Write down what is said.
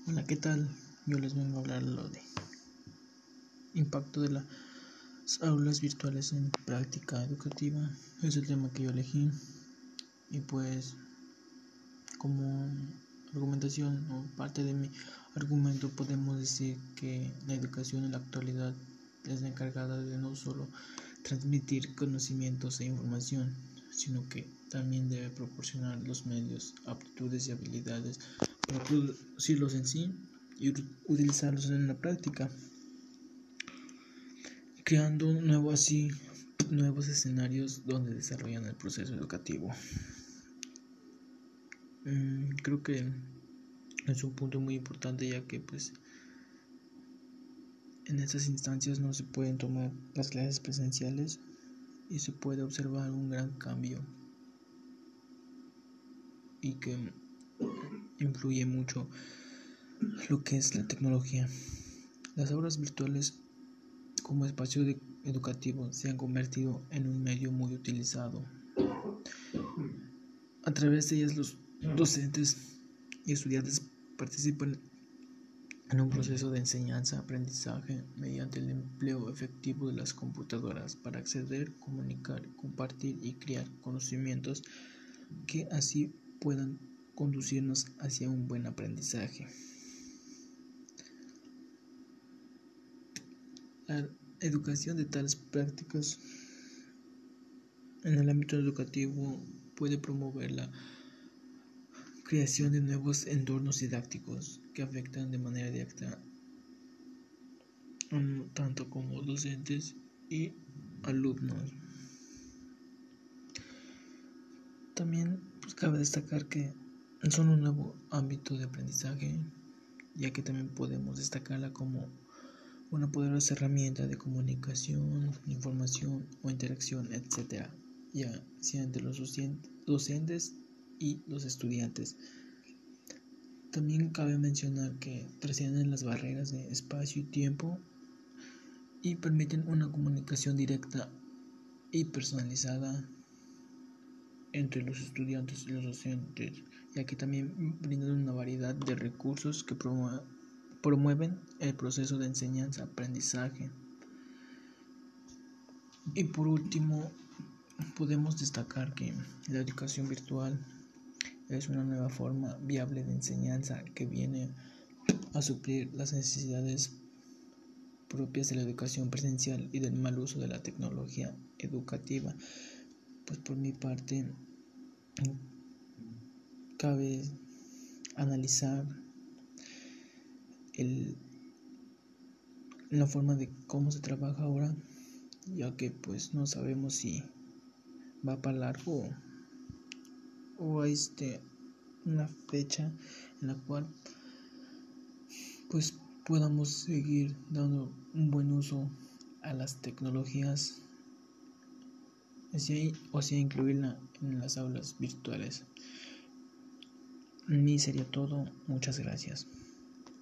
Hola, ¿qué tal? Yo les vengo a hablar lo de impacto de las aulas virtuales en práctica educativa. Es el tema que yo elegí y pues como argumentación o parte de mi argumento podemos decir que la educación en la actualidad es la encargada de no solo transmitir conocimientos e información, sino que también debe proporcionar los medios, aptitudes y habilidades para producirlos en sí y utilizarlos en la práctica, creando nuevos escenarios donde desarrollan el proceso educativo. Creo que es un punto muy importante, ya que pues en estas instancias no se pueden tomar las clases presenciales y se puede observar un gran cambio y que influye mucho lo que es la tecnología. Las aulas virtuales como espacio educativo se han convertido en un medio muy utilizado. A través de ellas los docentes y estudiantes participan en un proceso de enseñanza-aprendizaje mediante el empleo efectivo de las computadoras para acceder, comunicar, compartir y crear conocimientos que así puedan conducirnos hacia un buen aprendizaje. La educación de tales prácticas en el ámbito educativo puede promover la creación de nuevos entornos didácticos que afectan de manera directa tanto como docentes y alumnos. También cabe destacar que son un nuevo ámbito de aprendizaje, ya que también podemos destacarla como una poderosa herramienta de comunicación, información o interacción, etc., ya sea entre los docentes y los estudiantes. También cabe mencionar que trascienden las barreras de espacio y tiempo y permiten una comunicación directa y personalizada entre los estudiantes y los docentes, ya que también brindan una variedad de recursos que promueven el proceso de enseñanza-aprendizaje. Y por último, podemos destacar que la educación virtual es una nueva forma viable de enseñanza que viene a suplir las necesidades propias de la educación presencial y del mal uso de la tecnología educativa. Pues por mi parte, cabe analizar la forma de cómo se trabaja ahora, ya que pues no sabemos si va para largo o hay una fecha en la cual pues podamos seguir dando un buen uso a las tecnologías, o sea incluirla en las aulas virtuales. En mí sería todo. Muchas gracias.